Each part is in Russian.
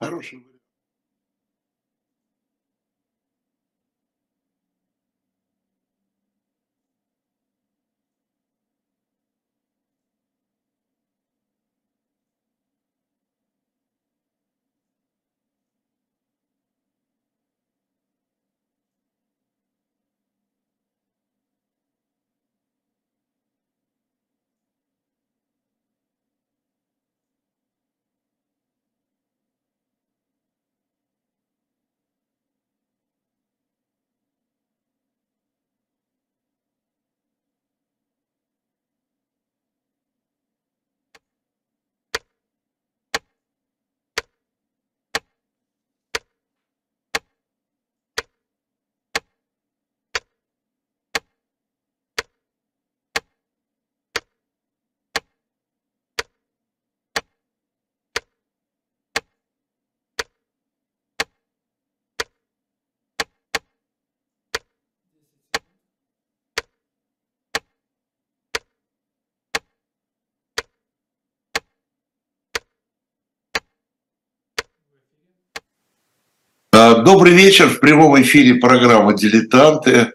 Хороший вариант. Добрый вечер. В прямом эфире программа «Дилетанты».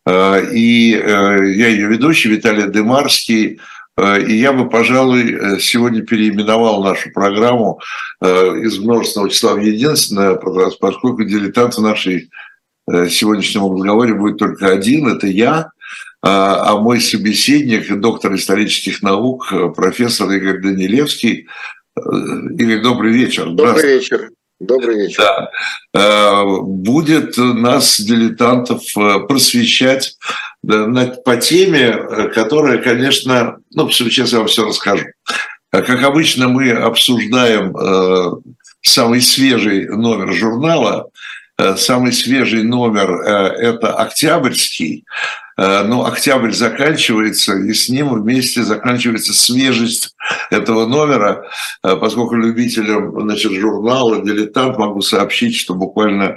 И я ее ведущий Виталий Дымарский. И я бы, пожалуй, сегодня переименовал нашу программу из множественного числа в единственное, поскольку дилетант в нашей сегодняшнем разговоре будет только один. Это я, а мой собеседник, доктор исторических наук, профессор Игорь Данилевский. Игорь, добрый вечер. Добрый вечер. Добрый вечер. Да. Будет нас, дилетантов, просвещать по теме, которая, конечно, сейчас я вам все расскажу. Как обычно, мы обсуждаем самый свежий номер журнала. Самый свежий номер – это октябрьский. Но октябрь заканчивается, и с ним вместе заканчивается свежесть этого номера. Поскольку любителям, журнала «Дилетант» могу сообщить, что буквально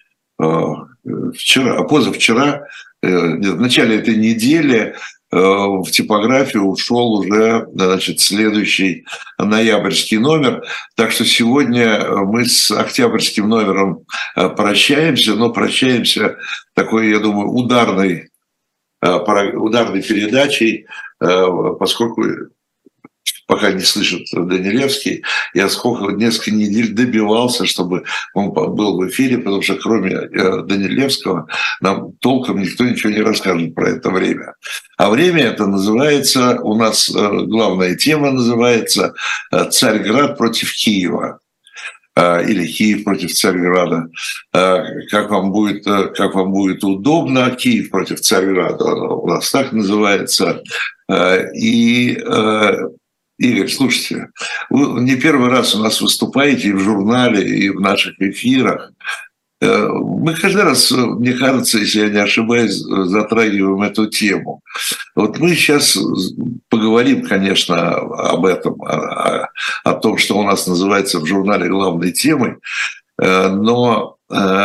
позавчера, в начале этой недели, в типографию ушел уже, следующий ноябрьский номер. Так что сегодня мы с октябрьским номером прощаемся, но прощаемся такой, я думаю, ударной передачей, поскольку пока не слышит Данилевский, я несколько недель добивался, чтобы он был в эфире, потому что кроме Данилевского нам толком никто ничего не расскажет про это время. А время это называется, у нас главная тема называется «Царьград против Киева». Или Киев против Царьграда. Как вам будет удобно, Киев против Царьграда у нас так называется. И, Игорь, слушайте, вы не первый раз у нас выступаете и в журнале, и в наших эфирах. Мы каждый раз, мне кажется, если я не ошибаюсь, затрагиваем эту тему. Вот мы сейчас поговорим, конечно, об этом, о том, что у нас называется в журнале главной темой, но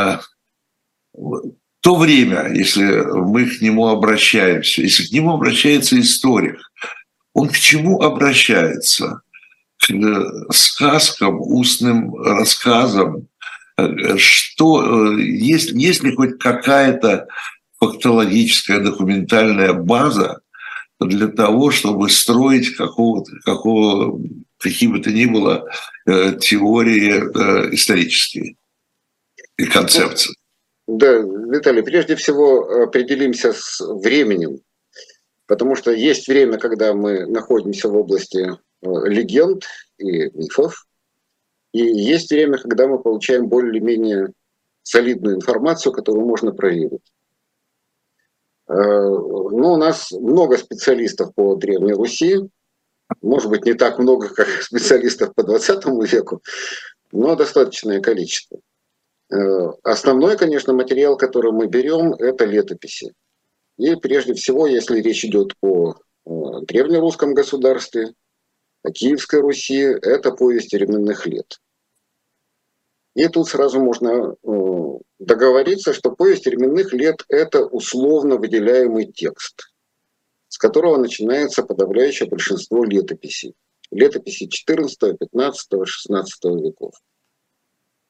то время, если мы к нему обращаемся, если к нему обращается историк, он к чему обращается? К сказкам, устным рассказам. Что, есть ли хоть какая-то фактологическая, документальная база для того, чтобы строить какие бы то ни было теории исторические и концепции? Да, Виталий, прежде всего определимся с временем, потому что есть время, когда мы находимся в области легенд и мифов, и есть время, когда мы получаем более-менее солидную информацию, которую можно проверить. Но у нас много специалистов по Древней Руси, может быть, не так много, как специалистов по 20 веку, но достаточное количество. Основной, конечно, материал, который мы берем, это летописи. И прежде всего, если речь идет о древнерусском государстве, о Киевской Руси, это повесть временных лет. И тут сразу можно договориться, что повесть временных лет – это условно выделяемый текст, с которого начинается подавляющее большинство летописей. Летописи XIV, XV, XVI веков.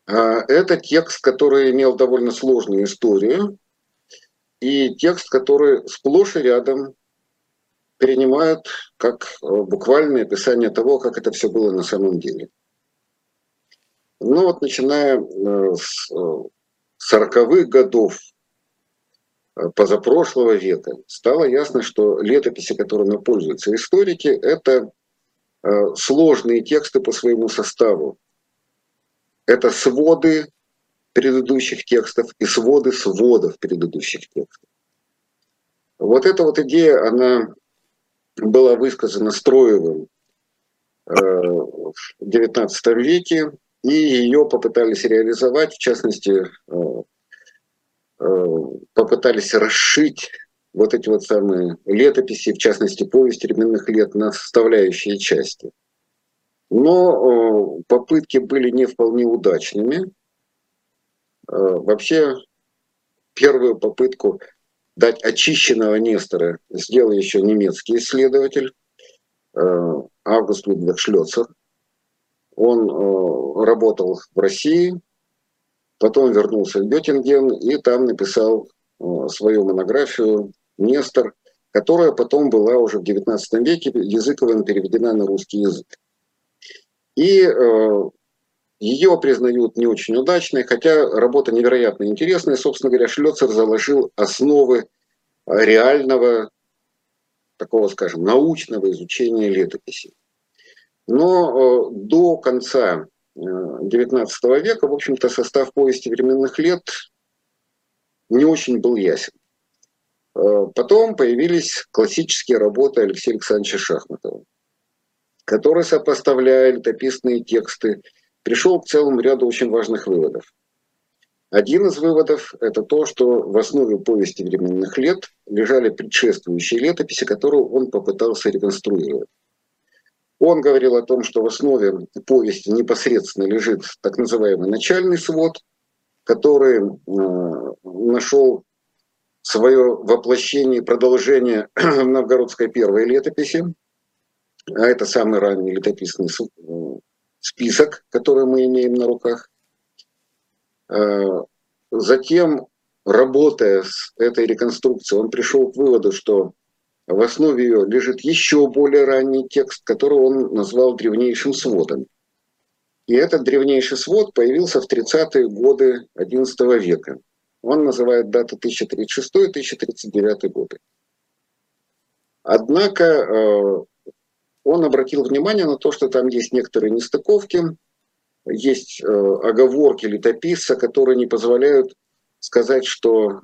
Это текст, который имел довольно сложную историю, и текст, который сплошь и рядом перенимают как буквальное описание того, как это все было на самом деле. Ну вот начиная с 40-х годов позапрошлого века стало ясно, что летописи, которыми пользуются историки, это сложные тексты по своему составу. Это своды предыдущих текстов и своды сводов предыдущих текстов. Вот эта вот идея, она была высказана Строевым в XIX веке, и ее попытались реализовать, в частности, попытались расшить вот эти вот самые летописи, в частности, повесть временных лет, на составляющие части. Но попытки были не вполне удачными. Вообще, первую попытку дать очищенного Нестора сделал еще немецкий исследователь Август Людвиг Шлёцер. Он работал в России, потом вернулся в Геттинген и там написал свою монографию «Нестор», которая потом была уже в XIX веке языковым переведена на русский язык. И ее признают не очень удачной, хотя работа невероятно интересная. Собственно говоря, Шлёцер заложил основы реального, такого, скажем, научного изучения летописей. Но до конца XIX века, в общем-то, состав повести временных лет не очень был ясен. Потом появились классические работы Алексея Александровича Шахматова, который, сопоставляя летописные тексты, пришел к целому ряду очень важных выводов. Один из выводов – это то, что в основе повести временных лет лежали предшествующие летописи, которые он попытался реконструировать. Он говорил о том, что в основе повести непосредственно лежит так называемый начальный свод, который нашел свое воплощение и продолжение в новгородской первой летописи, а это самый ранний летописный список, который мы имеем на руках. Затем, работая с этой реконструкцией, он пришел к выводу, что в основе ее лежит еще более ранний текст, который он назвал древнейшим сводом. И этот древнейший свод появился в 30-е годы XI века. Он называет даты 1036 и 1039 годы. Однако он обратил внимание на то, что там есть некоторые нестыковки, есть оговорки летописца, которые не позволяют сказать, что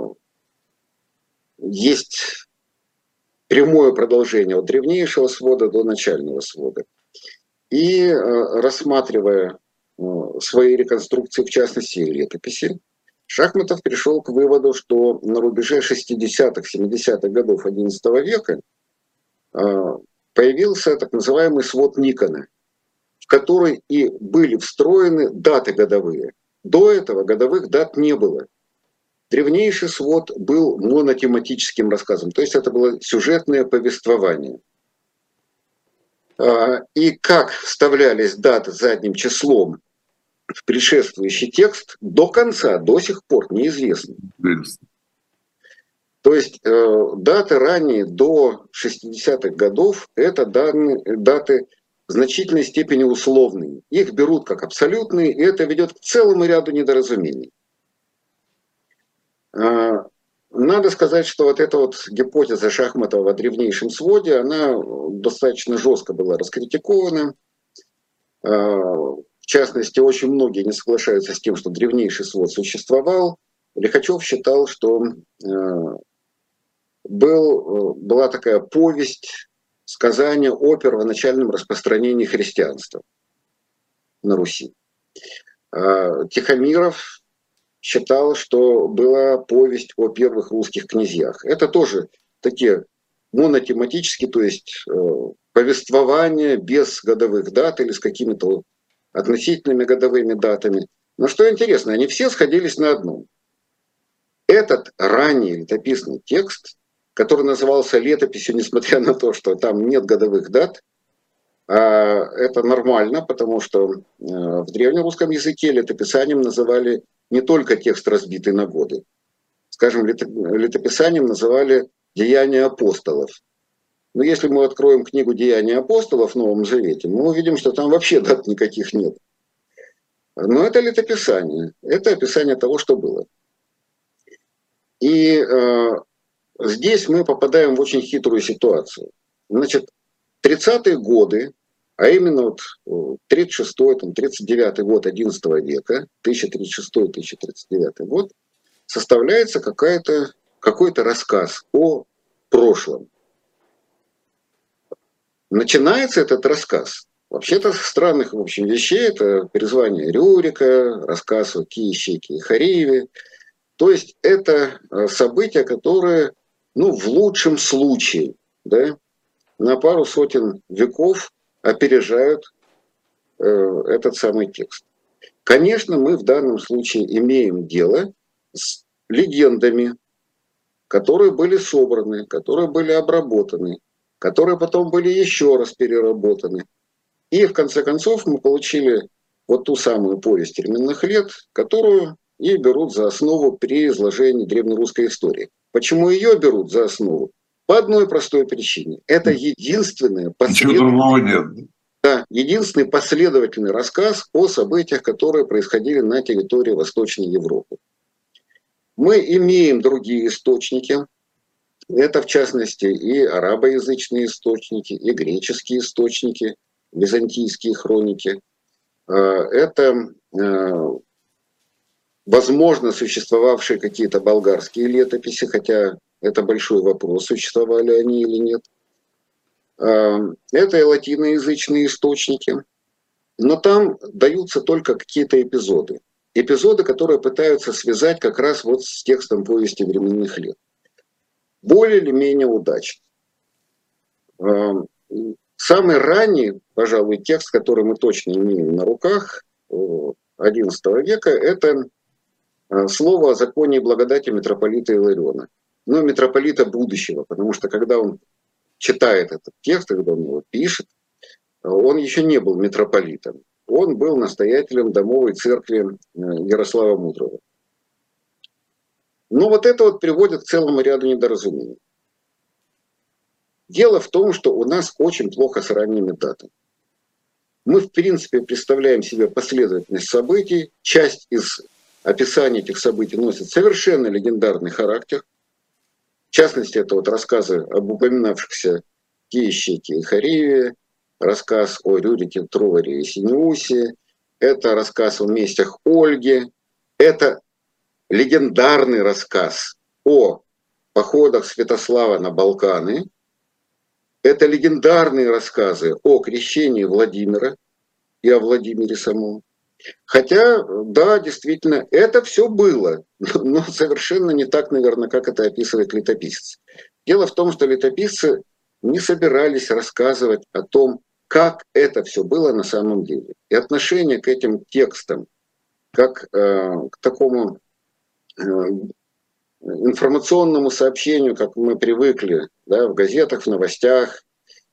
есть прямое продолжение от древнейшего свода до начального свода. И рассматривая свои реконструкции, в частности летописи, Шахматов пришел к выводу, что на рубеже 60-х, 70-х годов XI века появился так называемый свод Никона, в который и были встроены даты годовые. До этого годовых дат не было. Древнейший свод был монотематическим рассказом, то есть это было сюжетное повествование. И как вставлялись даты задним числом в предшествующий текст, до конца, до сих пор неизвестно. То есть даты ранее, до 60-х годов, это даты в значительной степени условные. Их берут как абсолютные, и это ведет к целому ряду недоразумений. Надо сказать, что вот эта вот гипотеза Шахматова о древнейшем своде, она достаточно жестко была раскритикована. В частности, очень многие не соглашаются с тем, что древнейший свод существовал. Лихачев считал, что была такая повесть, сказание о первоначальном распространении христианства на Руси. Тихомиров считал, что была повесть о первых русских князьях. Это тоже такие монотематические, то есть повествования без годовых дат или с какими-то относительными годовыми датами. Но что интересно, они все сходились на одном. Этот ранний летописный текст, который назывался летописью, несмотря на то, что там нет годовых дат, Это нормально, потому что в древнерусском языке летописанием называли не только текст, разбитый на годы. Скажем, летописанием называли «Деяния апостолов». Но если мы откроем книгу «Деяния апостолов» в Новом Завете, мы увидим, что там вообще дат никаких нет. Но это летописание, это описание того, что было. И здесь мы попадаем в очень хитрую ситуацию. Значит, 30-е годы, а именно вот 36-й, 39-й год XI века, 1036-1039 год, составляется какой-то рассказ о прошлом. Начинается этот рассказ вообще-то с странных, в общем, вещей. Это призвание Рюрика, рассказ о Киеве и Хариеве. То есть это события, которые, в лучшем случае, да, на пару сотен веков опережают этот самый текст. Конечно, мы в данном случае имеем дело с легендами, которые были собраны, которые были обработаны, которые потом были еще раз переработаны. И в конце концов мы получили вот ту самую повесть временных лет, которую и берут за основу при изложении древнерусской истории. Почему ее берут за основу? По одной простой причине. Это единственный последовательный рассказ о событиях, которые происходили на территории Восточной Европы. Мы имеем другие источники. Это, в частности, и арабоязычные источники, и греческие источники, византийские хроники. Это, возможно, существовавшие какие-то болгарские летописи, хотя это большой вопрос, существовали они или нет. Это и латиноязычные источники. Но там даются только какие-то эпизоды. Эпизоды, которые пытаются связать как раз вот с текстом повести временных лет. Более или менее удачно. Самый ранний, пожалуй, текст, который мы точно имеем на руках, XI века, это слово о законе и благодати митрополита Илариона. Митрополита будущего, потому что когда он читает этот текст, когда он его пишет, он еще не был митрополитом. Он был настоятелем домовой церкви Ярослава Мудрого. Но вот это вот приводит к целому ряду недоразумений. Дело в том, что у нас очень плохо с ранними датами. Мы, в принципе, представляем себе последовательность событий. Часть из описания этих событий носит совершенно легендарный характер. В частности, это вот рассказы об упоминавшихся Киеве и Хариеве, рассказ о Рюрике, Троаре и Синеусе, это рассказ о местях Ольги, это легендарный рассказ о походах Святослава на Балканы, это легендарные рассказы о крещении Владимира и о Владимире самом. Хотя, да, действительно, это все было, но совершенно не так, наверное, как это описывает летописец. Дело в том, что летописцы не собирались рассказывать о том, как это все было на самом деле. И отношение к этим текстам, как к такому информационному сообщению, как мы привыкли, да, в газетах, в новостях,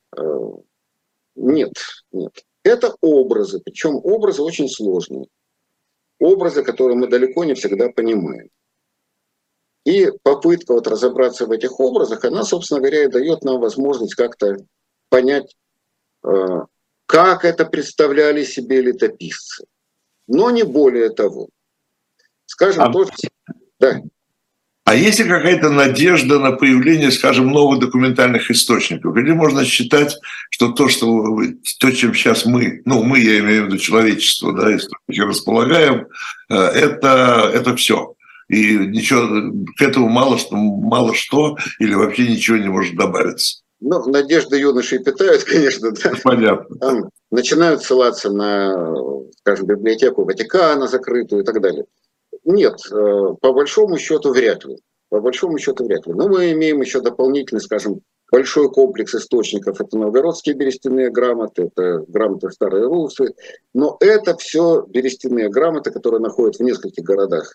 нет. Это образы, причем образы очень сложные. Образы, которые мы далеко не всегда понимаем. И попытка вот разобраться в этих образах, она, собственно говоря, и дает нам возможность как-то понять, как это представляли себе летописцы. Но не более того. Скажем, тоже... Да. А есть ли какая-то надежда на появление, скажем, новых документальных источников? Или можно считать, что то, чем сейчас мы, я имею в виду человечество, да, источники располагаем, это все. И ничего, к этому мало что или вообще ничего не может добавиться. Надежды юношей питают, конечно, да. Понятно. Там начинают ссылаться на, скажем, библиотеку Ватикана закрытую и так далее. Нет, по большому счету вряд ли. Но мы имеем еще дополнительный, скажем, большой комплекс источников. Это новгородские берестяные грамоты, это грамоты Старой Руси. Но это все берестяные грамоты, которые находятся в нескольких городах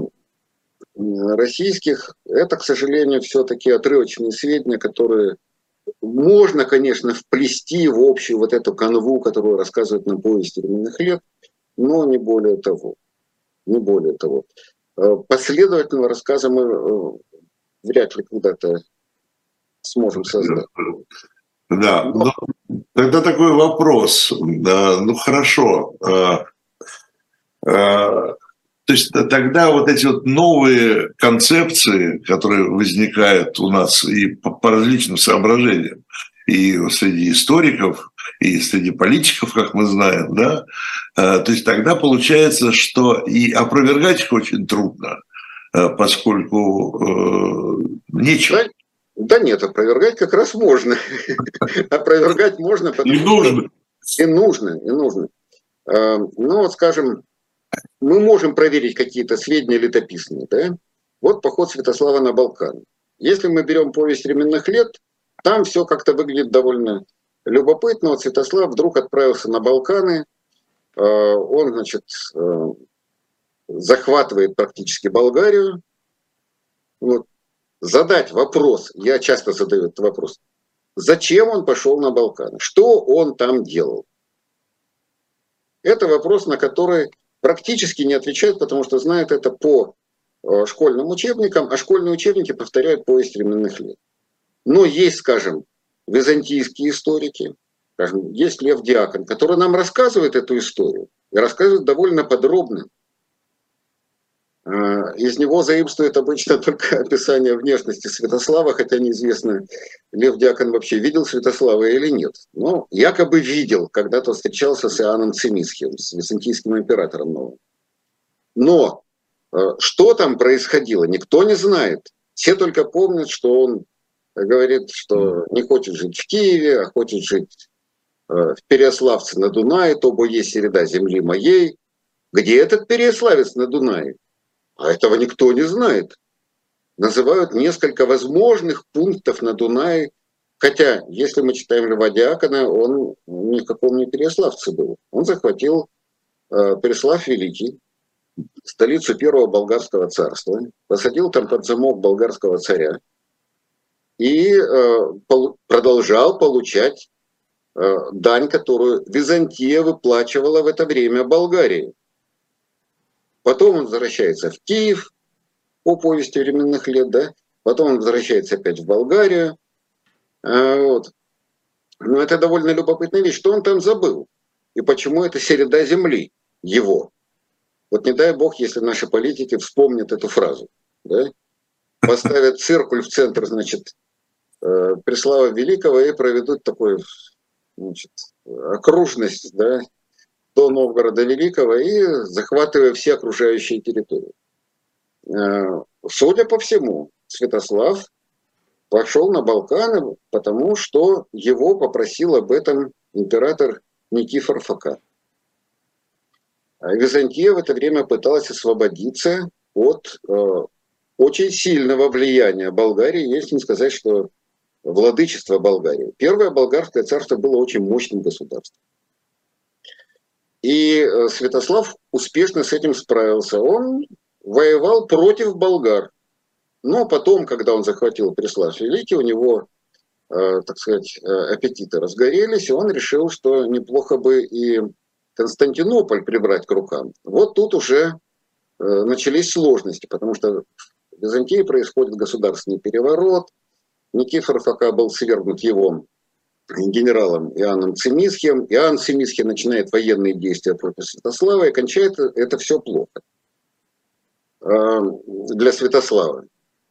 российских. Это, к сожалению, все-таки отрывочные сведения, которые Можно, конечно, вплести в общую вот эту канву, которую рассказывают на повести временных лет, но не более того. Не более того. Последовательного рассказа мы вряд ли когда-то сможем создать. Да, ну, тогда такой вопрос. Ну, хорошо. То есть тогда вот эти вот новые концепции, которые возникают у нас и по различным соображениям, и среди историков, и среди политиков, как мы знаем, да, то есть тогда получается, что и опровергать их очень трудно, поскольку нечего. Да нет, опровергать как раз можно. Опровергать можно, потому что и нужно. Ну вот, скажем, мы можем проверить какие-то сведения летописные, да? Вот поход Святослава на Балкан. Если мы берем повесть временных лет, там все как-то выглядит довольно любопытно. Вот Святослав вдруг отправился на Балканы, он, значит, захватывает практически Болгарию. Вот. Задать вопрос, я часто задаю этот вопрос, зачем он пошел на Балканы? Что он там делал? Это вопрос, на который практически не отвечают, потому что знают это по школьным учебникам, а школьные учебники повторяют повесть временных лет. Но есть, скажем, византийские историки, скажем, есть Лев Диакон, который нам рассказывает эту историю и рассказывает довольно подробно. Из него заимствует обычно только описание внешности Святослава, хотя неизвестно, Лев Диакон вообще видел Святослава или нет. Но якобы видел, когда-то встречался с Иоанном Цимисхием, с византийским императором новым. Но что там происходило, никто не знает. Все только помнят, что он говорит, что не хочет жить в Киеве, а хочет жить в Переяславце на Дунае, то бо есть середа земли моей. Где этот Переяславец на Дунае? А этого никто не знает. Называют несколько возможных пунктов на Дунае. Хотя, если мы читаем Льва Диакона, он ни в каком не Переяславце был. Он захватил Переслав Великий, столицу первого болгарского царства, посадил там под замок болгарского царя и продолжал получать дань, которую Византия выплачивала в это время Болгарии. Потом он возвращается в Киев по повести временных лет, да? Потом он возвращается опять в Болгарию. Вот. Но это довольно любопытная вещь. Что он там забыл? И почему это середа земли его? Вот не дай бог, если наши политики вспомнят эту фразу. Да? Поставят циркуль в центр, значит, Преслава Великого и проведут такую, значит, окружность, да, до Новгорода Великого и захватывая все окружающие территории. Судя по всему, Святослав пошел на Балканы, потому что его попросил об этом император Никифор Фока. Византия в это время пыталась освободиться от очень сильного влияния Болгарии, если не сказать, что владычество Болгарии. Первое болгарское царство было очень мощным государством. И Святослав успешно с этим справился. Он воевал против болгар. Но потом, когда он захватил Преслав Великий, у него, так сказать, аппетиты разгорелись, и он решил, что неплохо бы и Константинополь прибрать к рукам. Вот тут уже начались сложности, потому что в Византии происходит государственный переворот. Никифор Фока был свергнут его генералом Иоанном Цимисхием. Иоанн Цимисхий начинает военные действия против Святослава, и кончает это все плохо для Святослава.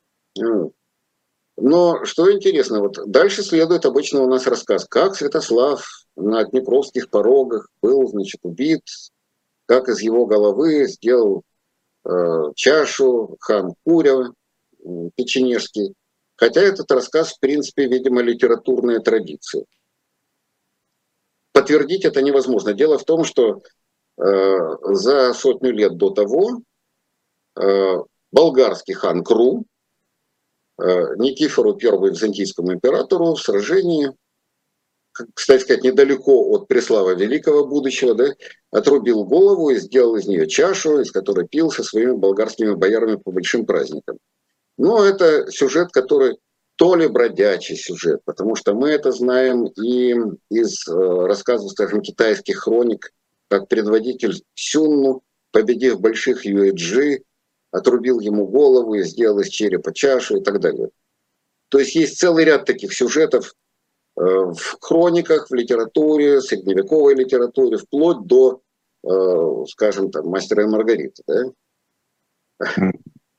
Но что интересно, вот дальше следует обычно у нас рассказ, как Святослав на Днепровских порогах был, значит, убит, как из его головы сделал чашу хан Куря Печенежский. Хотя этот рассказ, в принципе, видимо, литературная традиция. Подтвердить это невозможно. Дело в том, что за 100 лет до того болгарский хан Кру Никифору I византийскому императору в сражении, кстати сказать, недалеко от Преслава Великого будущего, да, отрубил голову и сделал из нее чашу, из которой пил со своими болгарскими боярами по большим праздникам. Но это сюжет, который то ли бродячий сюжет, потому что мы это знаем и из рассказов, скажем, китайских хроник, как предводитель Сюнну, победив больших Юэджи, отрубил ему голову и сделал из черепа чашу и так далее. То есть есть целый ряд таких сюжетов в хрониках, в литературе, средневековой литературе, вплоть до, скажем, там, «Мастера и Маргариты». Да?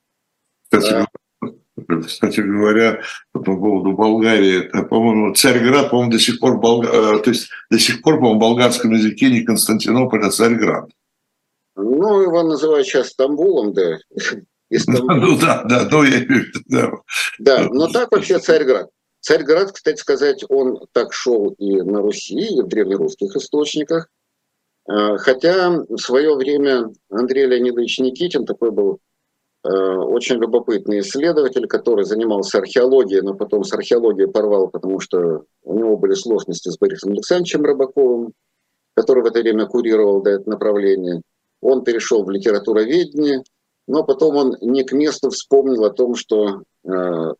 Кстати говоря, по поводу Болгарии, по-моему, Царьград, по-моему, до сих пор, то есть до сих пор, по-моему, в болгарском языке не Константинополь, а Царьград. Ну, его называют сейчас Стамбулом, да. Ну да, ну я имею в виду, да. Да, но так вообще Царьград. Царьград, кстати сказать, он так шел и на Руси, и в древнерусских источниках. Хотя в свое время Андрей Леонидович Никитин, такой был очень любопытный исследователь, который занимался археологией, но потом с археологией порвал, потому что у него были сложности с Борисом Александровичем Рыбаковым, который в это время курировал это направление. Он перешел в литературоведение, но потом он не к месту вспомнил о том, что в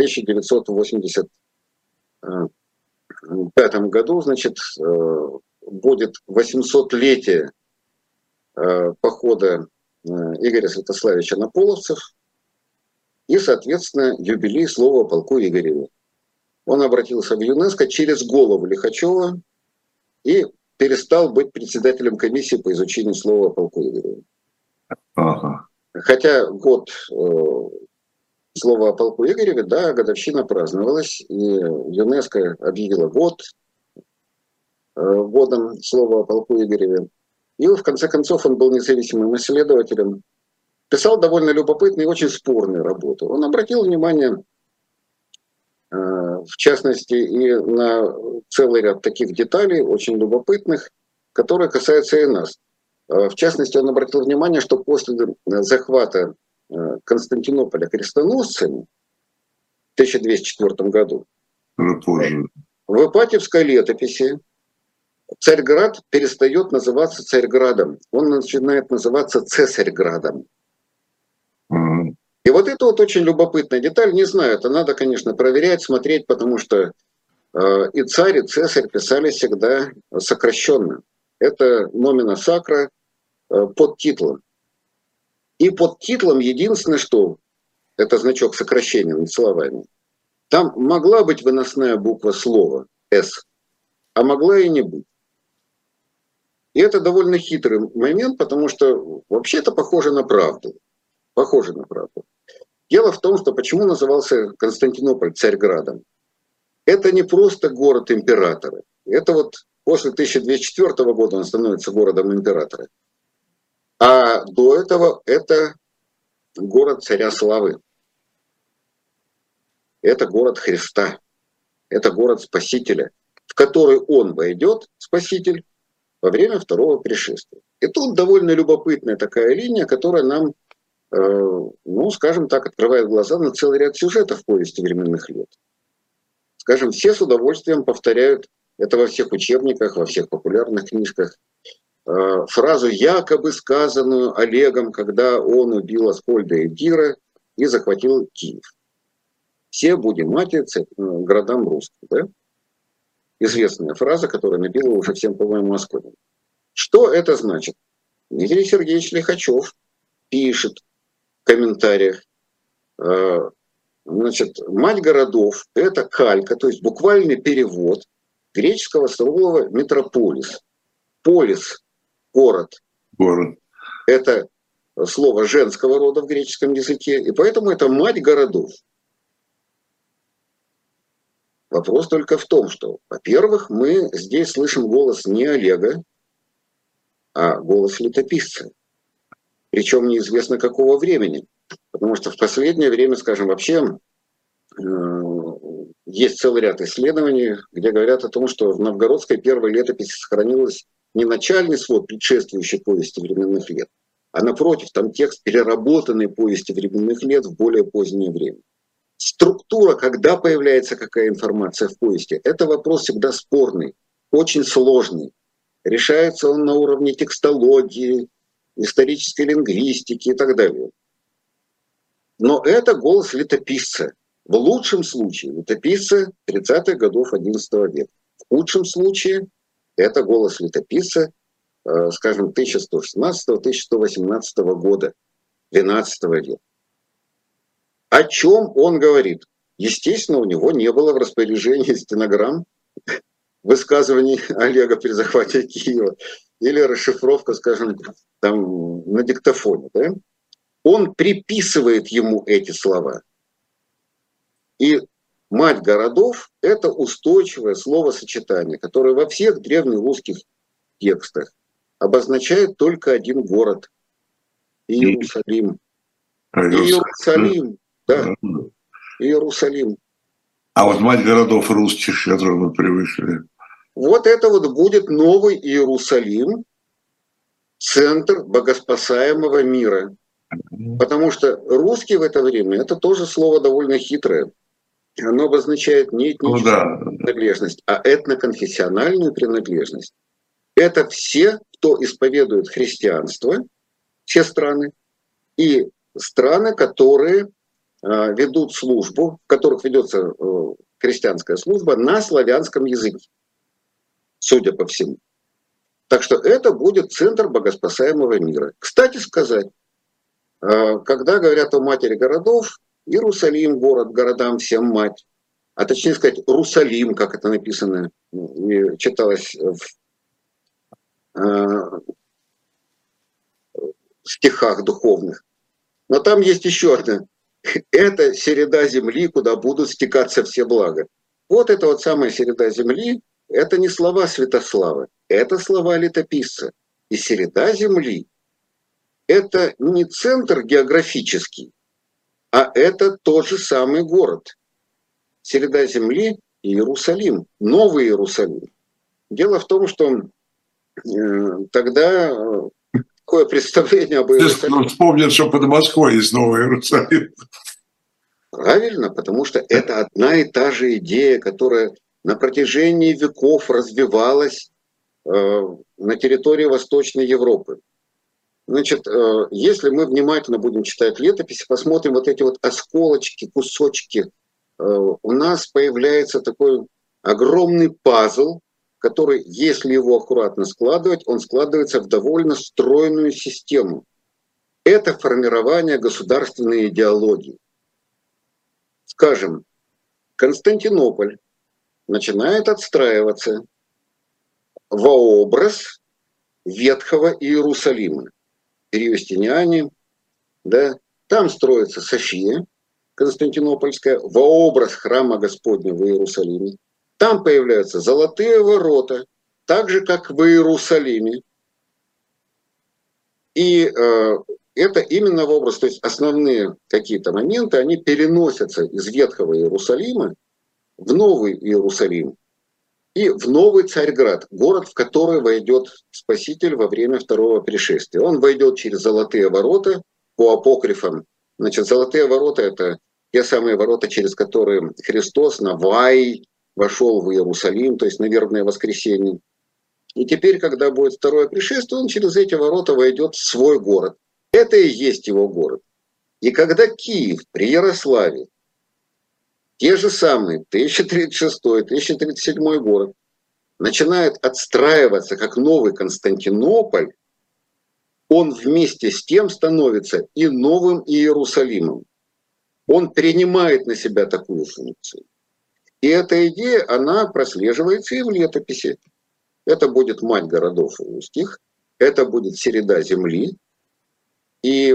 1985 году, значит, будет 800-летие похода Игоря Святославича на половцев и, соответственно, юбилей слова о полку Игореве. Он обратился в ЮНЕСКО через голову Лихачева и перестал быть председателем комиссии по изучению слова о полку Игореве. Ага. Хотя год слова о полку Игореве, да, годовщина праздновалась, и ЮНЕСКО объявила год годом слова о полку Игореве. И в конце концов он был независимым исследователем, писал довольно любопытные и очень спорные работы. Он обратил внимание, в частности, и на целый ряд таких деталей, очень любопытных, которые касаются и нас. В частности, он обратил внимание, что после захвата Константинополя крестоносцами в 1204 году в Ипатьевской летописи Царьград перестает называться Царьградом. Он начинает называться Цесарьградом. И вот это вот очень любопытная деталь. Не знаю, это надо, конечно, проверять, смотреть, потому что и царь, и цесарь писали всегда сокращенно. Это номина сакра под титлом. И под титлом единственное, что это значок сокращения над словами. Там могла быть выносная буква слова «С», а могла и не быть. И это довольно хитрый момент, потому что вообще это похоже на правду. Похоже на правду. Дело в том, что почему назывался Константинополь Царьградом. Это не просто город императора. Это вот после 1204 года он становится городом императора. А до этого это город царя славы. Это город Христа. Это город Спасителя, в который он войдет, Спаситель, во время второго пришествия. И тут довольно любопытная такая линия, которая нам, ну, скажем так, открывает глаза на целый ряд сюжетов в повести временных лет. Скажем, все с удовольствием повторяют это во всех учебниках, во всех популярных книжках. Фразу, якобы сказанную Олегом, когда он убил Аскольда и Дира и захватил Киев. Все будем матиться городам русским. Да? Известная фраза, которая набила уже всем, по-моему, оскомину. Что это значит? Дмитрий Сергеевич Лихачев пишет в комментариях, значит, мать городов – это калька, то есть буквальный перевод греческого слова метрополис. Полис – город. Город. Это слово женского рода в греческом языке, и поэтому это мать городов. Вопрос только в том, что, во-первых, мы здесь слышим голос не Олега, а голос летописца. Причем неизвестно какого времени. Потому что в последнее время, скажем, вообще есть целый ряд исследований, где говорят о том, что в новгородской первой летописи сохранилось не начальный свод предшествующей повести временных лет, а напротив, там текст переработанной повести временных лет в более позднее время. Структура, когда появляется какая информация в повести, это вопрос всегда спорный, очень сложный. Решается он на уровне текстологии, исторической лингвистики и так далее. Но это голос летописца. В лучшем случае летописцы 30-х годов XI века. В худшем случае это голос летописца, скажем, 1116-1118 года, XII века. О чем он говорит? Естественно, у него не было в распоряжении стенограмм высказываний Олега при захвате Киева или расшифровка, скажем, там на диктофоне. Да? Он приписывает ему эти слова. И «мать городов» – это устойчивое словосочетание, которое во всех древнерусских текстах обозначает только один город – Иерусалим. Иерусалим, да, Иерусалим. А вот «мать городов русских», к которым мы привыкли. Вот это вот будет новый Иерусалим, центр богоспасаемого мира. Потому что русский в это время – это тоже слово довольно хитрое. Оно обозначает не этническую принадлежность, а этноконфессиональную принадлежность. Это все, кто исповедует христианство, все страны, и страны, которые ведут службу, в которых ведется христианская служба на славянском языке, судя по всему. Так что это будет центр богоспасаемого мира. Кстати сказать, когда говорят о матери городов, Иерусалим, город, городам всем мать, а точнее сказать, Русалим, как это написано, читалось в стихах духовных. Но там есть еще одна. Это середа земли, куда будут стекаться все блага. Вот это вот самая середа земли, это не слова Святослава, это слова летописца. И середа земли – это не центр географический, а это тот же самый город. Середа земли – Иерусалим, Новый Иерусалим. Дело в том, что тогда такое представление об Иерусалиме... Вспомнят, что под Москвой есть Новый Иерусалим. Правильно, потому что это одна и та же идея, которая на протяжении веков развивалась на территории Восточной Европы. Значит, если мы внимательно будем читать летописи, посмотрим вот эти вот осколочки, кусочки, у нас появляется такой огромный пазл, который, если его аккуратно складывать, он складывается в довольно стройную систему. Это формирование государственной идеологии. Скажем, Константинополь начинает отстраиваться во образ ветхого Иерусалима. При Юстиниане, да, там строится София Константинопольская во образ храма Господня в Иерусалиме. Там появляются золотые ворота, так же, как в Иерусалиме. И это именно в образ, то есть основные какие-то моменты, они переносятся из ветхого Иерусалима в новый Иерусалим и в новый Царьград, город, в который войдет Спаситель во время второго пришествия. Он войдет через золотые ворота по апокрифам. Значит, золотые ворота – это те самые ворота, через которые Христос на Вай вошел в Иерусалим, то есть на вербное воскресенье. И теперь, когда будет второе пришествие, он через эти ворота войдет в свой город. Это и есть его город. И когда Киев при Ярославе, те же самые 1036-1037 город, начинает отстраиваться как новый Константинополь, он вместе с тем становится и новым Иерусалимом. Он принимает на себя такую функцию. И эта идея, она прослеживается и в летописи. Это будет мать городов русских, это будет середа земли. И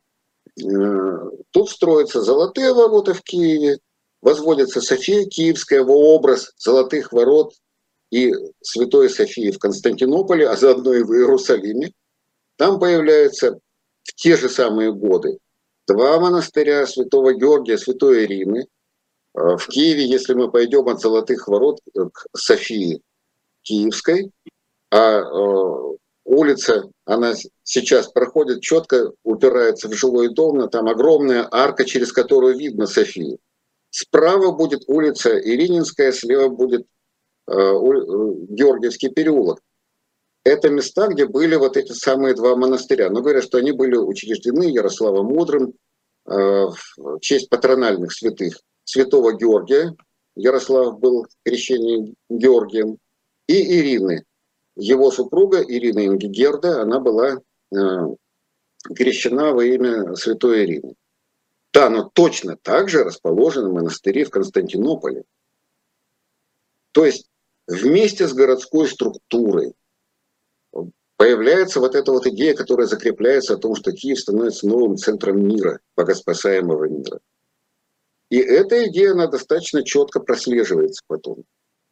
тут строятся золотые ворота в Киеве, возводится София Киевская во образ золотых ворот и Святой Софии в Константинополе, а заодно и в Иерусалиме. Там появляются в те же самые годы два монастыря Святого Георгия, Святой Ирины. В Киеве, если мы пойдем от Золотых ворот к Софии Киевской, а улица, она сейчас проходит четко, упирается в жилой дом, но там огромная арка, через которую видно Софию. Справа будет улица Ирининская, слева будет Георгиевский переулок. Это места, где были вот эти самые два монастыря. Но говорят, что они были учреждены Ярославом Мудрым в честь патрональных святых святого Георгия, Ярослав был крещен Георгием, и Ирины. Его супруга Ирина Ингигерда, она была крещена во имя святой Ирины. Да, но точно так же расположены монастыри в Константинополе. То есть вместе с городской структурой появляется вот эта вот идея, которая закрепляется о том, что Киев становится новым центром мира, богоспасаемого мира. И эта идея, она достаточно четко прослеживается потом.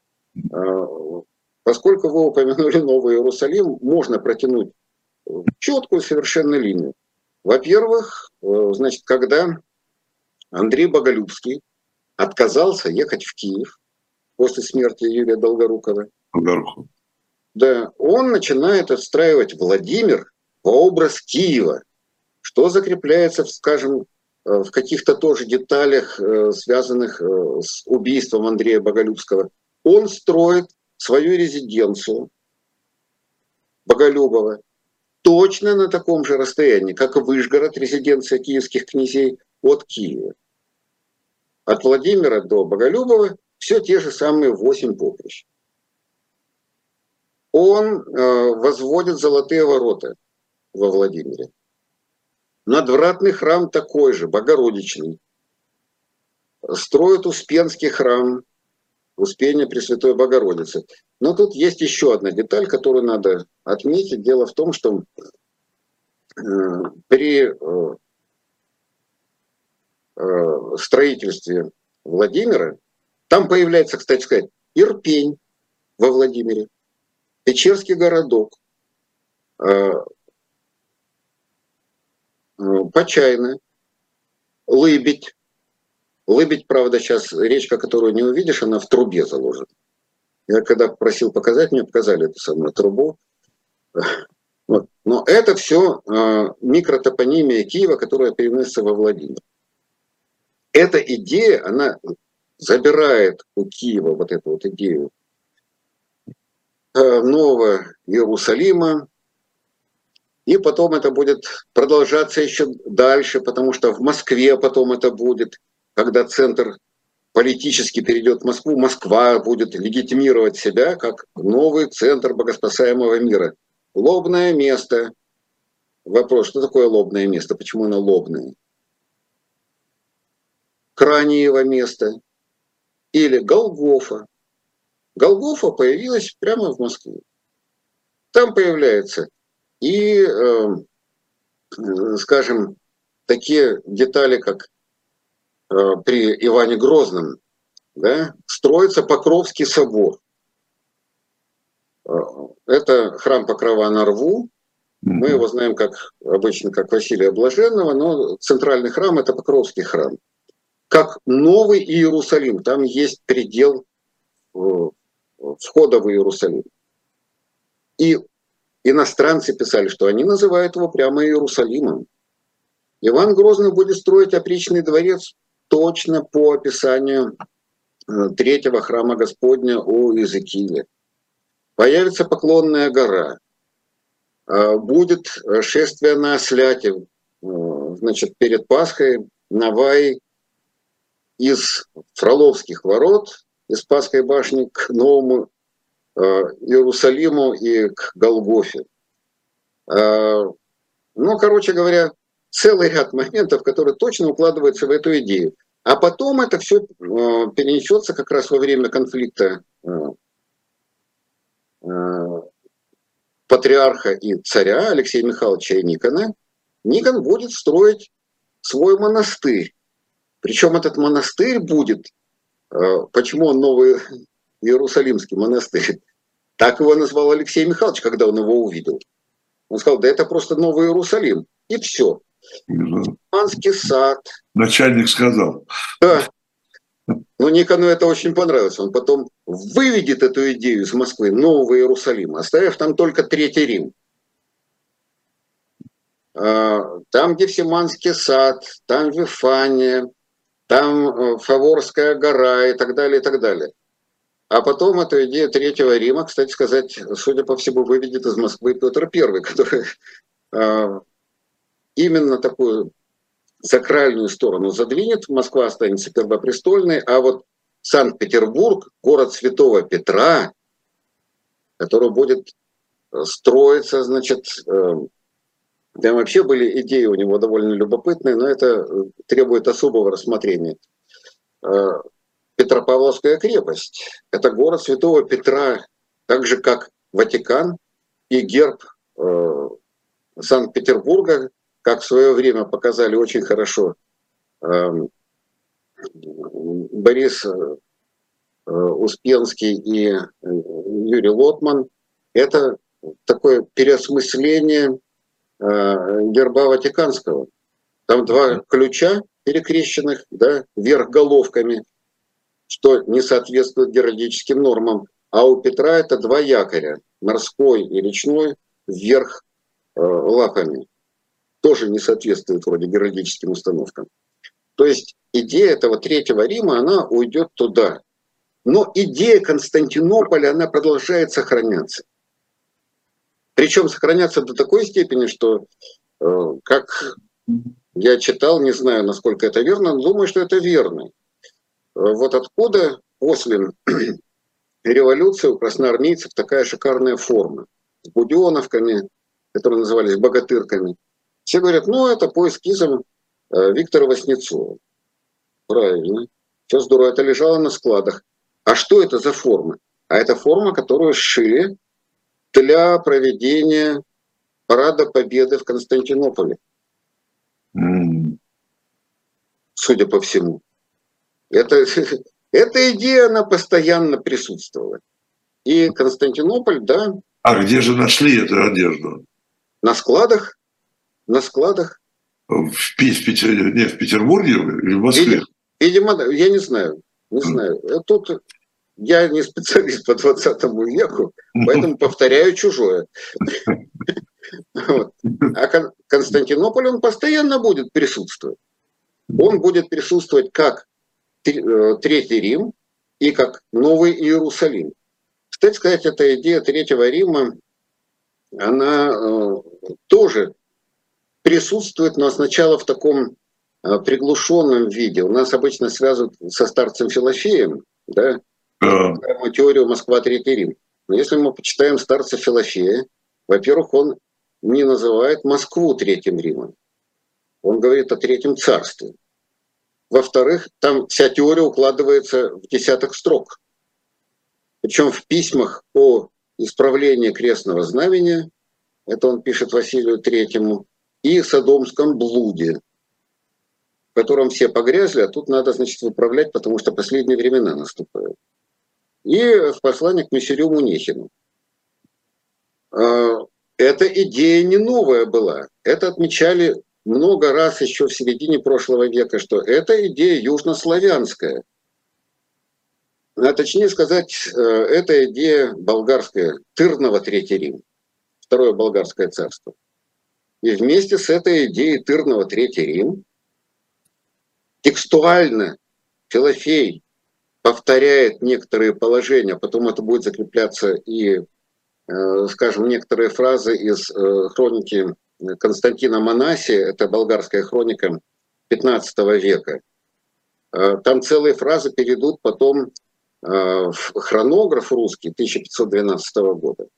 Поскольку вы упомянули Новый Иерусалим, можно протянуть четкую совершенно линию. Во-первых, значит, когда Андрей Боголюбский отказался ехать в Киев после смерти Юрия Долгорукова, да, он начинает отстраивать Владимир по образ Киева, что закрепляется, скажем, в каких-то тоже деталях, связанных с убийством Андрея Боголюбского. Он строит свою резиденцию Боголюбова точно на таком же расстоянии, как и Вышгород, резиденция киевских князей, от Киева. От Владимира до Боголюбова все те же самые 8 поприщ. Он возводит золотые ворота во Владимире. Надвратный храм такой же, Богородичный. Строит Успенский храм, Успение Пресвятой Богородицы. Но тут есть еще одна деталь, которую надо отметить. Дело в том, что при строительстве Владимира, там появляется, кстати сказать, Ирпень во Владимире, Печерский городок, Почайна, Лыбедь. Лыбедь, правда, сейчас речка, которую не увидишь, она в трубе заложена. Я когда просил показать, мне показали эту самую трубу. Вот. Но это все микротопонимия Киева, которая переносится во Владимир. Эта идея, она забирает у Киева вот эту вот идею Нового Иерусалима, и потом это будет продолжаться еще дальше, потому что в Москве потом это будет, когда центр политически перейдет в Москву, Москва будет легитимировать себя как новый центр богоспасаемого мира. Лобное место. Вопрос, что такое лобное место? Почему оно лобное? Краниево место. Или Голгофа. Голгофа появилась прямо в Москве. Там появляется и, скажем, такие детали, как при Иване Грозном, да, строится Покровский собор. Это храм Покрова на Рву. Мы его знаем как обычно как Василия Блаженного, но центральный храм – это Покровский храм. Как Новый Иерусалим. Там есть предел входа в Иерусалим. И иностранцы писали, что они называют его прямо Иерусалимом. Иван Грозный будет строить опричный дворец точно по описанию третьего храма Господня у Иезекииля. Появится Поклонная гора. Будет шествие на осляте, значит, перед Пасхой Навай из Фроловских ворот, из Спасской башни к Новому Иерусалиму и к Голгофе. Ну, короче говоря, целый ряд моментов, которые точно укладываются в эту идею. А потом это все перенесется как раз во время конфликта патриарха и царя Алексея Михайловича и Никона. Никон будет строить свой монастырь. Причем этот монастырь будет, почему он Новый Иерусалимский монастырь, так его назвал Алексей Михайлович, когда он его увидел. Он сказал, да это просто Новый Иерусалим. И все. Анский сад. Начальник сказал. Да. Но Никону это очень понравилось. Он потом выведет эту идею из Москвы, Нового Иерусалима, оставив там только Третий Рим. Там Гефсиманский сад, там Вифания, там Фаворская гора и так далее, и так далее. А потом эту идею Третьего Рима, кстати сказать, судя по всему, выведет из Москвы Петр I, который именно такую сакральную сторону задвинет, Москва останется первопрестольной, а вот Санкт-Петербург, город Святого Петра, который будет строиться, значит, там вообще были идеи у него довольно любопытные, но это требует особого рассмотрения. Петропавловская крепость – это город Святого Петра, так же как Ватикан и герб Санкт-Петербурга, как в свое время показали очень хорошо Борис Успенский и Юрий Лотман, это такое переосмысление герба Ватиканского. Там два ключа перекрещенных, да, вверх головками, что не соответствует геральдическим нормам. А у Петра это два якоря, морской и речной, вверх лапами. Тоже не соответствует вроде геральдическим установкам. То есть идея этого Третьего Рима, она уйдет туда. Но идея Константинополя, она продолжает сохраняться. Причем сохраняться до такой степени, что, как я читал, не знаю, насколько это верно, но думаю, что это верно. Вот откуда после революции у красноармейцев такая шикарная форма. С буденовками, которые назывались богатырками. Все говорят, ну, это по эскизам Виктора Васнецова. Правильно. Все здорово. Это лежало на складах. А что это за форма? А это форма, которую сшили для проведения Парада Победы в Константинополе. Судя по всему. Эта идея, она постоянно присутствовала. И Константинополь, да. А где же нашли эту одежду? На складах. На складах. В Петербурге или в Москве? Видимо, я не знаю. Не знаю. Тут я не специалист по 20 веку, поэтому повторяю чужое. А Константинополь, он постоянно будет присутствовать. Он будет присутствовать как Третий Рим и как Новый Иерусалим. Кстати сказать, эта идея Третьего Рима, она тоже присутствует, но сначала в таком приглушенном виде. У нас обычно связывают со старцем Филофеем, да, теорию Москва, Третий Рим. Но если мы почитаем старца Филофея, во-первых, он не называет Москву Третьим Римом. Он говорит о Третьем Царстве. Во-вторых, там вся теория укладывается в десяток строк. Причем в письмах о исправлении крестного знамения, это он пишет Василию Третьему, и Содомском блуде, в котором все погрязли, а тут надо, значит, выправлять, потому что последние времена наступают. И в послании к Мессерю Мунехину. Эта идея не новая была. Это отмечали много раз еще в середине прошлого века, что это идея южнославянская. А точнее сказать, это идея болгарская, Тырного Третий Рим, Второе Болгарское царство. И вместе с этой идеей Тырного Третий Рим текстуально Филофей повторяет некоторые положения, потом это будет закрепляться и, скажем, некоторые фразы из хроники Константина Манасия, это болгарская хроника 15 века. Там целые фразы перейдут потом в хронограф русский 1512 года.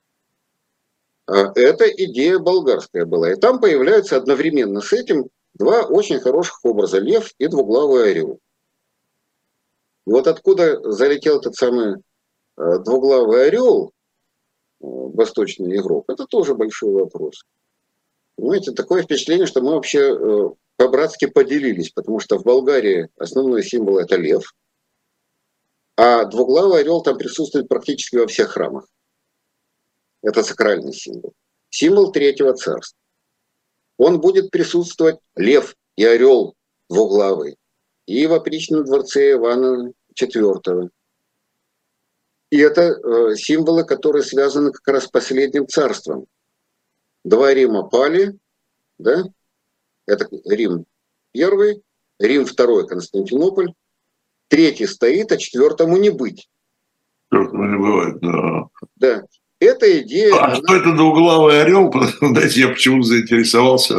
Эта идея болгарская была. И там появляются одновременно с этим два очень хороших образа – лев и двуглавый орел. И вот откуда залетел этот самый двуглавый орел, восточный игрок, это тоже большой вопрос. Понимаете, такое впечатление, что мы вообще по-братски поделились, потому что в Болгарии основной символ – это лев, а двуглавый орел там присутствует практически во всех храмах. Это сакральный символ. Символ Третьего Царства. Он будет присутствовать, лев и орел двуглавый, и в опричном дворце Ивана IV. И это символы, которые связаны как раз с последним царством. Два Рима пали, да? Это Рим I, Рим II, Константинополь. Третий стоит, а четвертому не быть. Четвертому не бывает, да. Да. Эта идея... А что это двуглавый орел? Знаете, я почему заинтересовался? Ну,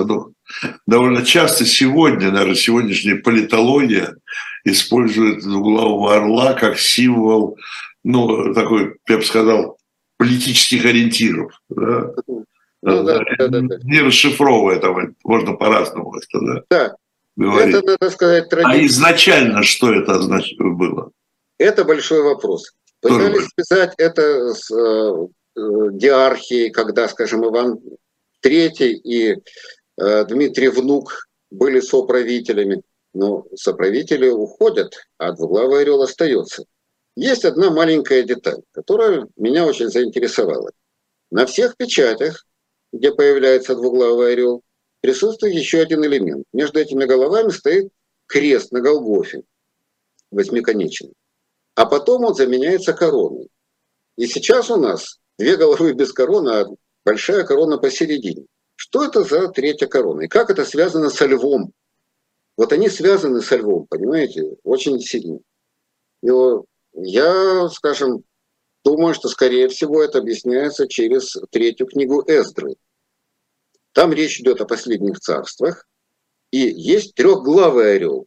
довольно часто сегодня, даже сегодняшняя политология использует двуглавого орла как символ, ну, такой, я бы сказал, политических ориентиров. Да? Ну, да. Не расшифровывая, там, можно по-разному это, да, говорить. Это, надо сказать, традиция. А изначально что это было? Это большой вопрос. Пытались связать это с диархией, когда, скажем, Иван III и Дмитрий Внук были соправителями. Но соправители уходят, а двуглавый орел остается. Есть одна маленькая деталь, которая меня очень заинтересовала. На всех печатях, где появляется двуглавый орел, присутствует еще один элемент. Между этими головами стоит крест на Голгофе, восьмиконечный. А потом он заменяется короной. И сейчас у нас две головы без короны, а большая корона посередине. Что это за третья корона? И как это связано со львом? Вот они связаны со львом, понимаете, очень сильно. И я, скажем, думаю, что, скорее всего, это объясняется через третью книгу Эздры. Там речь идет о последних царствах, и есть трехглавый орел,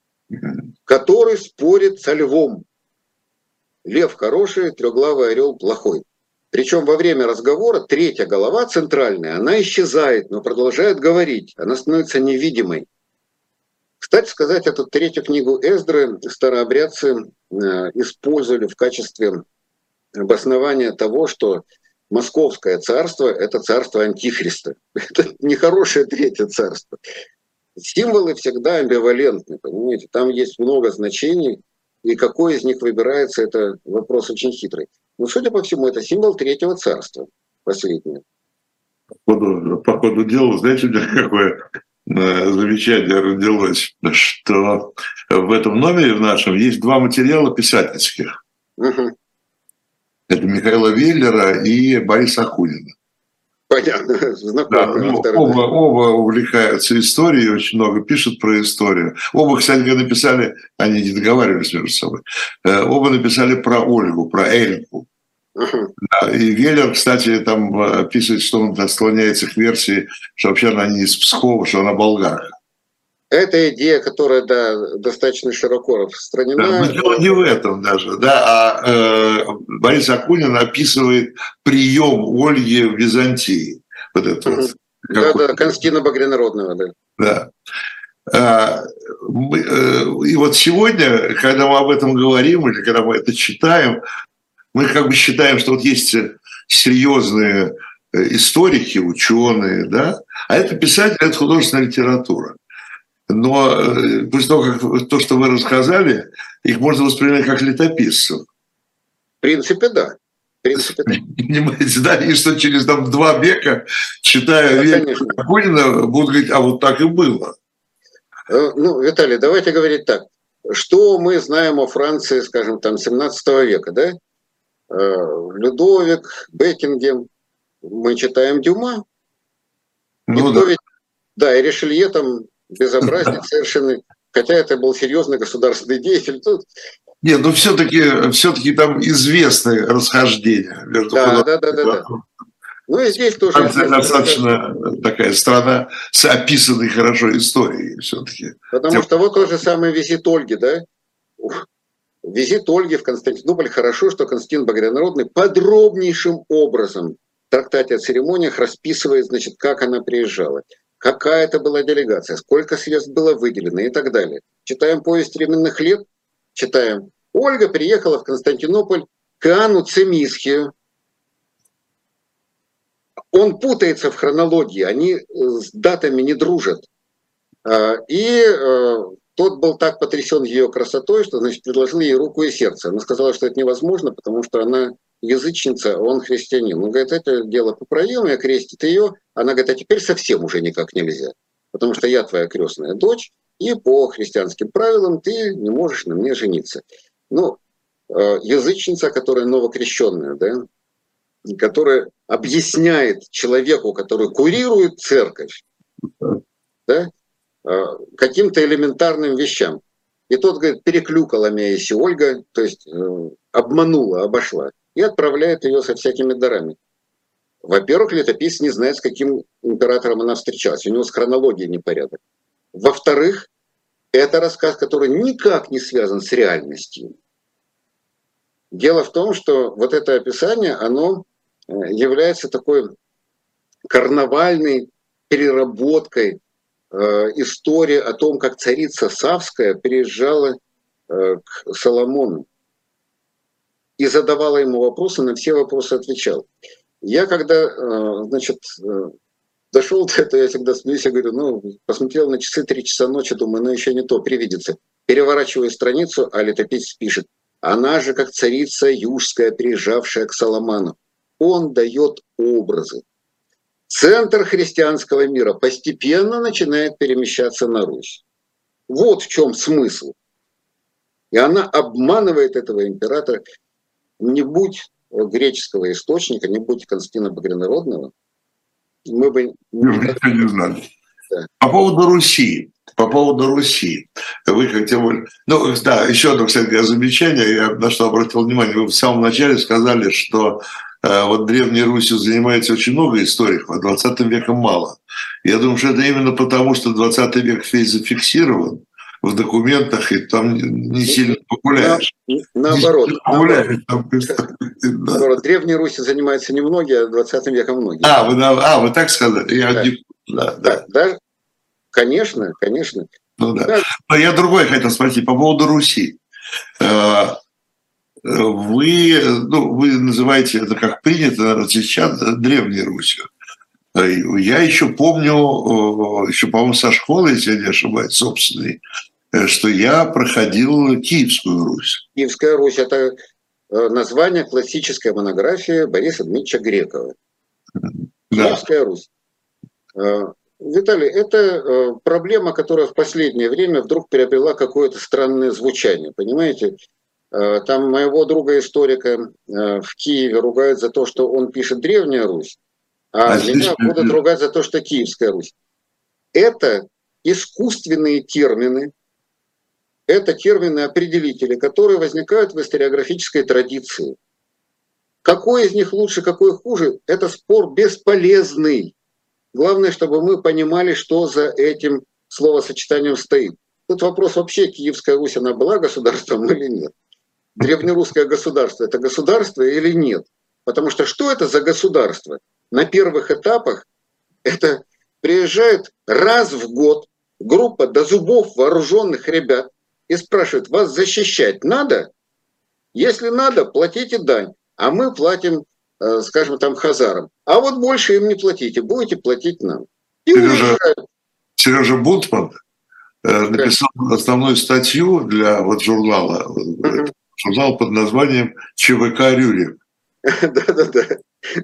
который спорит со львом. Лев хороший, трехглавый орел плохой. Причем во время разговора третья голова, центральная, она исчезает, но продолжает говорить. Она становится невидимой. Кстати сказать, эту третью книгу Эздры старообрядцы использовали в качестве обоснования того, что Московское царство – это царство Антихриста. Это нехорошее третье царство. Символы всегда амбивалентны, понимаете? Там есть много значений, и какой из них выбирается, это вопрос очень хитрый. Но, судя по всему, это символ третьего царства, последнее. По ходу дела, знаете, у меня какое замечание родилось, что в этом номере в нашем есть два материала писательских. Угу. Это Михаила Веллера и Бориса Акунина. Понятно, знакомые авторы. Оба увлекаются историей, очень много пишут про историю. Оба, кстати, написали, они не договаривались между собой, оба написали про Ольгу, про Эльку. Uh-huh. Да, и Веллер, кстати, там описывает, что он склоняется к версии, что вообще она не из Пскова, что она болгарка. Это идея, которая, да, достаточно широко распространена. Да, но дело не в этом даже, да, Борис Акунин описывает прием Ольги в Византии. Вот это вот. Да, Константина Багрянародного, да. Да. И вот сегодня, когда мы об этом говорим, или когда мы это читаем, мы как бы считаем, что вот есть серьезные историки, ученые, да, а это писатель, это художественная литература. Но после того, как то, что вы рассказали, их можно воспринимать как летописцев. В принципе, да. Понимаете, да? И что через 2 века, читая Веллера Акунина, будут говорить, а вот так и было. Ну, Виталий, давайте говорить так. Что мы знаем о Франции, скажем, там, 17 века, да? Людовик, Бекингем. Мы читаем Дюма. Ну, да. Да, и Ришелье там безобразник совершенно, хотя это был серьезный государственный деятель. Тут... Нет, но все-таки там известные расхождения между да. Ну и здесь тоже... Достаточно такая страна с описанной хорошо историей все-таки. Потому что вот тот же самый визит Ольги, да? Визит Ольги в Константинополь. Хорошо, что Константин Багрянародный подробнейшим образом в трактате о церемониях расписывает, значит, как она приезжала. Какая это была делегация, сколько средств было выделено и так далее. Читаем «Повесть временных лет», читаем. Ольга приехала в Константинополь к Иоанну Цемисхию. Он путается в хронологии, они с датами не дружат. И тот был так потрясен ее красотой, что, значит, предложил ей руку и сердце. Она сказала, что это невозможно, потому что она язычница, а он христианин. Он говорит, это дело поправимое, крестит ее. Она говорит, а теперь совсем уже никак нельзя, потому что я твоя крестная дочь, и по христианским правилам ты не можешь на мне жениться. Ну, язычница, которая новокрещенная, да, которая объясняет человеку, который курирует церковь, да, каким-то элементарным вещам. И тот, говорит, переклюкала меня если Ольга, то есть обманула, обошла, и отправляет ее со всякими дарами. Во-первых, летописец не знает, с каким императором она встречалась. У него с хронологией непорядок. Во-вторых, это рассказ, который никак не связан с реальностью. Дело в том, что вот это описание, оно является такой карнавальной переработкой истории о том, как царица Савская приезжала к Соломону и задавала ему вопросы, на все вопросы отвечал. Я когда, значит, дошел до этого, я всегда смеюсь, я говорю, ну, посмотрел на часы 3 часа ночи, думаю, ну, еще не то, привидится. Переворачиваю страницу, а летописец пишет, она же, как царица Южская, приезжавшая к Соломону. Он дает образы. Центр христианского мира постепенно начинает перемещаться на Русь. Вот в чем смысл. И она обманывает этого императора. Не будь греческого источника, не будь Константина Багрянародного, мы бы не знали. Да. По поводу Руси. Вы как тем более... Ну, да, еще одно, кстати, замечание, я на что обратил внимание. Вы в самом начале сказали, что вот Древней Русью занимается очень много историков, а 20 веком мало. Я думаю, что это именно потому, что 20 век весь зафиксирован в документах, и там не сильно погуляешь. Наоборот. Наоборот. Древней Руси занимаются немногие, а 20 веком многие. Вы так сказали? Да, конечно. Ну, да. Но я другое хотел спросить по поводу Руси. Вы называете это, как принято, наверное, сейчас, Древней Русью. Я еще помню, по-моему, со школы, если я не ошибаюсь, собственной, что я проходил Киевскую Русь. Киевская Русь – это название классической монографии Бориса Дмитриевича Грекова. Да. Киевская Русь. Виталий, это проблема, которая в последнее время вдруг приобрела какое-то странное звучание, понимаете? Там моего друга-историка в Киеве ругают за то, что он пишет «Древняя Русь», а меня будут ругать за то, что «Киевская Русь». Это искусственные термины, это термины-определители, которые возникают в историографической традиции. Какой из них лучше, какой хуже, это спор бесполезный. Главное, чтобы мы понимали, что за этим словосочетанием стоит. Тут вопрос вообще, Киевская Русь, она была государством или нет? Древнерусское государство – это государство или нет? Потому что это за государство? На первых этапах это приезжает раз в год группа до зубов вооруженных ребят и спрашивает, вас защищать надо? Если надо, платите дань, а мы платим, скажем, там хазарам. А вот больше им не платите, будете платить нам. И Сережа Бунтман написал основную статью для журнала. Журнал под названием ЧВК «Рюрик». Да-да-да.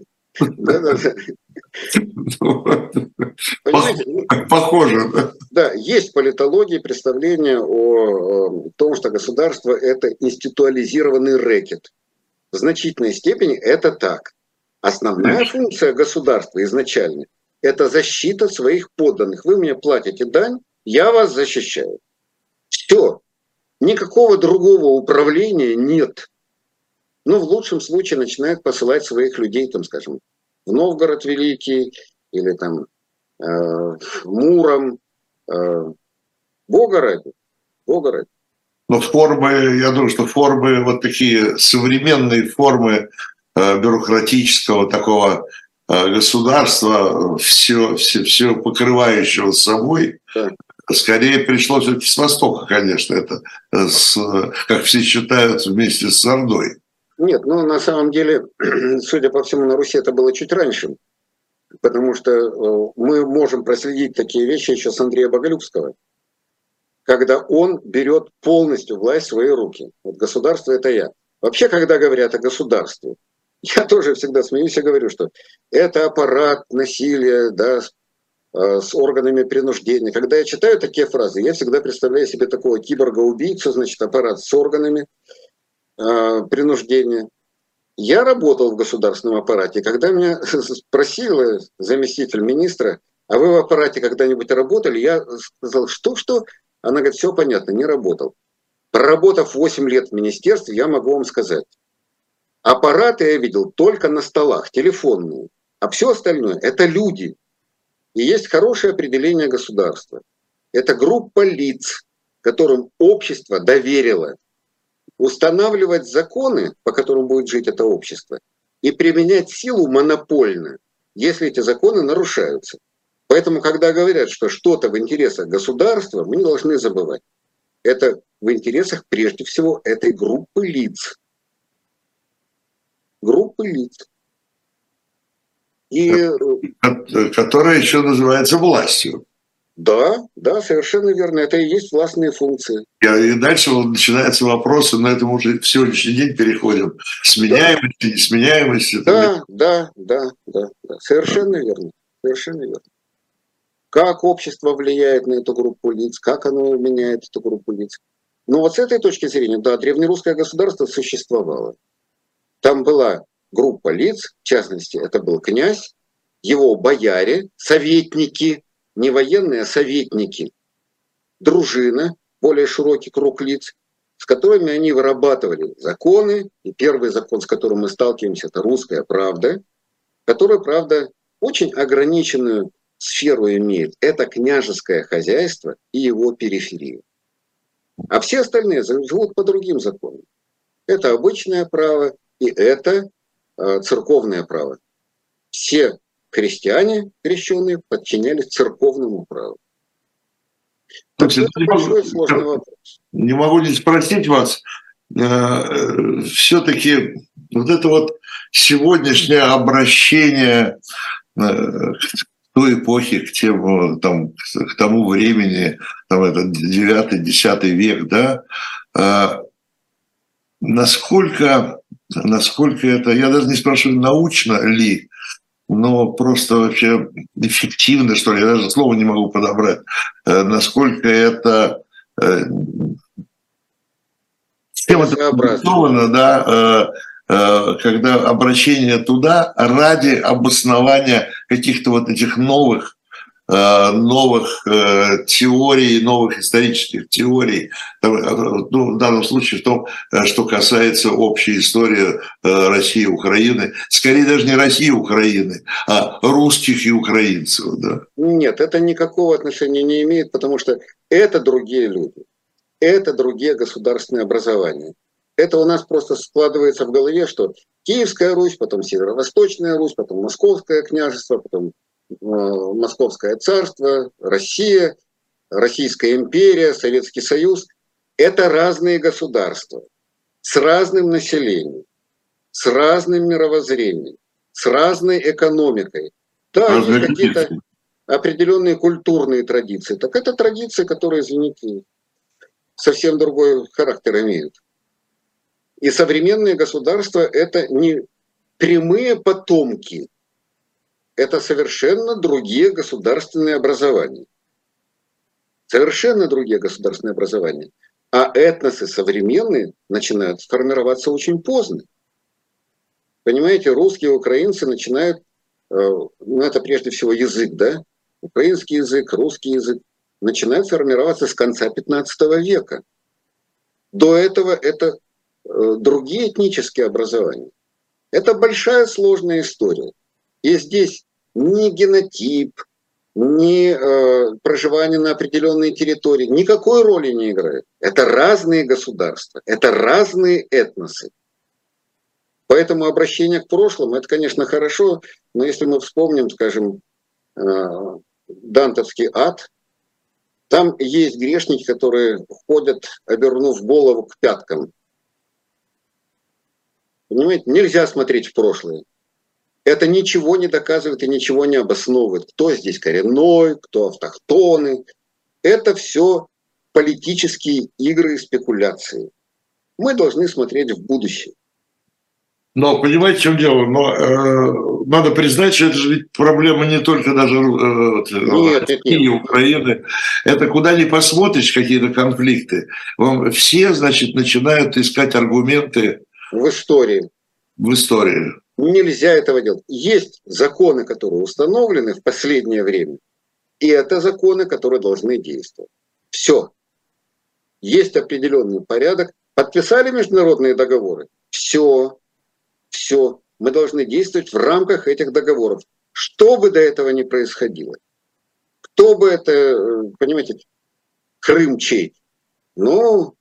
Похоже, да? Да, есть в политологии представление о том, что государство – это институализированный рэкет. В значительной степени это так. Основная функция государства изначально – это защита своих подданных. Вы мне платите дань, я вас защищаю. Все. Никакого другого управления нет. Ну, в лучшем случае начинают посылать своих людей, там, скажем, в Новгород Великий или там в Муром. Бога ради. Но формы, я думаю, что формы, вот такие современные формы бюрократического такого государства, все покрывающего собой, да. Скорее пришло все-таки с Востока, конечно, это, как все считают, вместе с Ордой. Нет, на самом деле, судя по всему, на Руси это было чуть раньше, потому что мы можем проследить такие вещи еще с Андрея Боголюбского, когда он берет полностью власть в свои руки. Вот государство – это я. Вообще, когда говорят о государстве, я тоже всегда смеюсь и говорю, что это аппарат насилия, да, с органами принуждения. Когда я читаю такие фразы, я всегда представляю себе такого киборга-убийцу, значит, аппарат с органами принуждения. Я работал в государственном аппарате. Когда меня спросила заместитель министра, а вы в аппарате когда-нибудь работали? Я сказал, что? Она говорит, все понятно, не работал. Проработав 8 лет в министерстве, я могу вам сказать, аппараты я видел только на столах, телефонные. А все остальное – это люди. И есть хорошее определение государства. Это группа лиц, которым общество доверило устанавливать законы, по которым будет жить это общество, и применять силу монопольно, если эти законы нарушаются. Поэтому, когда говорят, что что-то в интересах государства, мы не должны забывать. Это в интересах, прежде всего, этой группы лиц. Группы лиц. И... Которая еще называется властью. Да, да, совершенно верно. Это и есть властные функции. И дальше начинаются вопросы, на этом уже в сегодняшний день переходим. Сменяемости, несменяемости. Да. Совершенно верно. Совершенно верно. Как общество влияет на эту группу лиц, как оно меняет эту группу лиц. Но вот с этой точки зрения, да, древнерусское государство существовало. Там была группа лиц, в частности, это был князь, его бояре, советники, не военные, а советники, дружина, более широкий круг лиц, с которыми они вырабатывали законы. И первый закон, с которым мы сталкиваемся, это «Русская правда», которая, правда, очень ограниченную сферу имеет. Это княжеское хозяйство и его периферия. А все остальные живут по другим законам. Это обычное право и это церковное право. Все христиане, крещенные, подчинялись церковному праву. Так что это большой сложный вопрос. Не могу не спросить вас, все-таки вот это вот сегодняшнее обращение к той эпохе, к тому времени, там, это 9-10 век, да, насколько это, я даже не спрашиваю, научно ли, но просто вообще эффективно, что ли, я даже слова не могу подобрать, насколько это целесообразно, да, когда обращение туда ради обоснования каких-то вот этих новых теорий, новых исторических теорий, ну, в данном случае в том, что касается общей истории России и Украины, скорее даже не России и Украины, а русских и украинцев. Да. Нет, это никакого отношения не имеет, потому что это другие люди, это другие государственные образования. Это у нас просто складывается в голове, что Киевская Русь, потом Северо-Восточная Русь, потом Московское княжество, потом Московское царство, Россия, Российская империя, Советский Союз – это разные государства с разным населением, с разным мировоззрением, с разной экономикой. Да, есть какие-то определенные культурные традиции. Так это традиции, которые, извините, совсем другой характер имеют. И современные государства – это не прямые потомки, это совершенно другие государственные образования. Совершенно другие государственные образования. А этносы современные начинают формироваться очень поздно. Понимаете, русские и украинцы начинают, ну это прежде всего язык, да? Украинский язык, русский язык начинают формироваться с конца 15 века. До этого это другие этнические образования. Это большая сложная история. И здесь ни генотип, ни проживание на определенной территории никакой роли не играет. Это разные государства, это разные этносы. Поэтому обращение к прошлому, это, конечно, хорошо, но если мы вспомним, скажем, дантовский ад, там есть грешники, которые ходят, обернув голову к пяткам. Понимаете, нельзя смотреть в прошлое. Это ничего не доказывает и ничего не обосновывает. Кто здесь коренной, кто автохтоны. Это все политические игры и спекуляции. Мы должны смотреть в будущее. Но понимаете, в чем дело? Но надо признать, что это же ведь проблема не только даже России и Украины. Это куда ни посмотришь, какие-то конфликты. Все, значит, начинают искать аргументы в истории. Нельзя этого делать. Есть законы, которые установлены в последнее время, и это законы, которые должны действовать. Все. Есть определенный порядок. Подписали международные договоры? Все. Мы должны действовать в рамках этих договоров. Что бы до этого ни происходило. кто бы это, понимаете, Крым чей? Ну,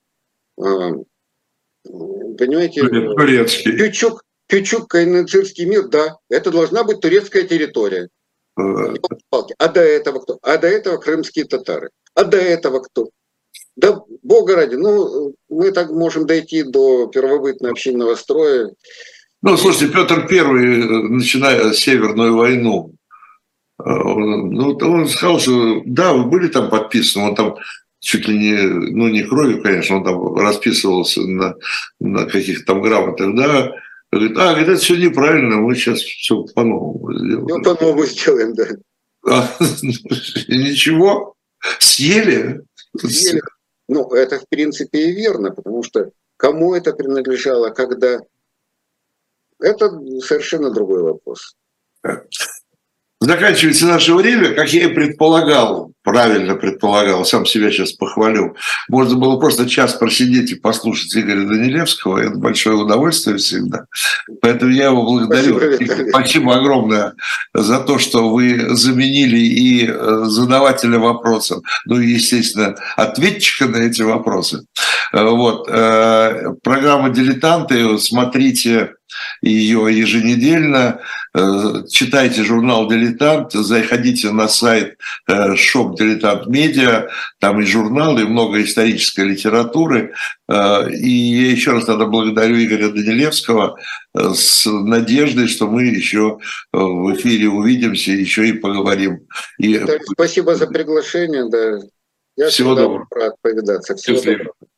понимаете, турецкий. Кючук-Кайнацирский мир, да, это должна быть турецкая территория. А до этого кто? А до этого крымские татары. А до этого кто? Да, бога ради, ну, мы так можем дойти до первобытно-общинного строя. Ну, слушайте, Петр I, начиная Северную войну, ну, он сказал, что да, вы были там подписаны, он там чуть ли не, ну, не кровью, конечно, он там расписывался на каких-то там грамотах, да, говорит, говорит, это все неправильно, мы сейчас все по-новому сделаем. Ну, по-новому сделаем, да. Ничего, съели. Съели. Ну, это, в принципе, и верно, потому что кому это принадлежало, когда... Это совершенно другой вопрос. Заканчивается наше время, как я и предполагал, правильно предполагал, сам себя сейчас похвалю. Можно было просто час просидеть и послушать Игоря Данилевского, это большое удовольствие всегда. Поэтому я его благодарю. Спасибо огромное за то, что вы заменили и задавателя вопросов, ну и, естественно, ответчика на эти вопросы. Вот. Программа «Дилетанты», смотрите ее еженедельно, читайте журнал «Дилетант», заходите на сайт Shop Дилетант Медиа, там и журналы, и много исторической литературы. И я еще раз тогда благодарю Игоря Данилевского с надеждой, что мы еще в эфире увидимся, еще и поговорим. Спасибо за приглашение. Да. Я всегда рад повидаться. Всего доброго.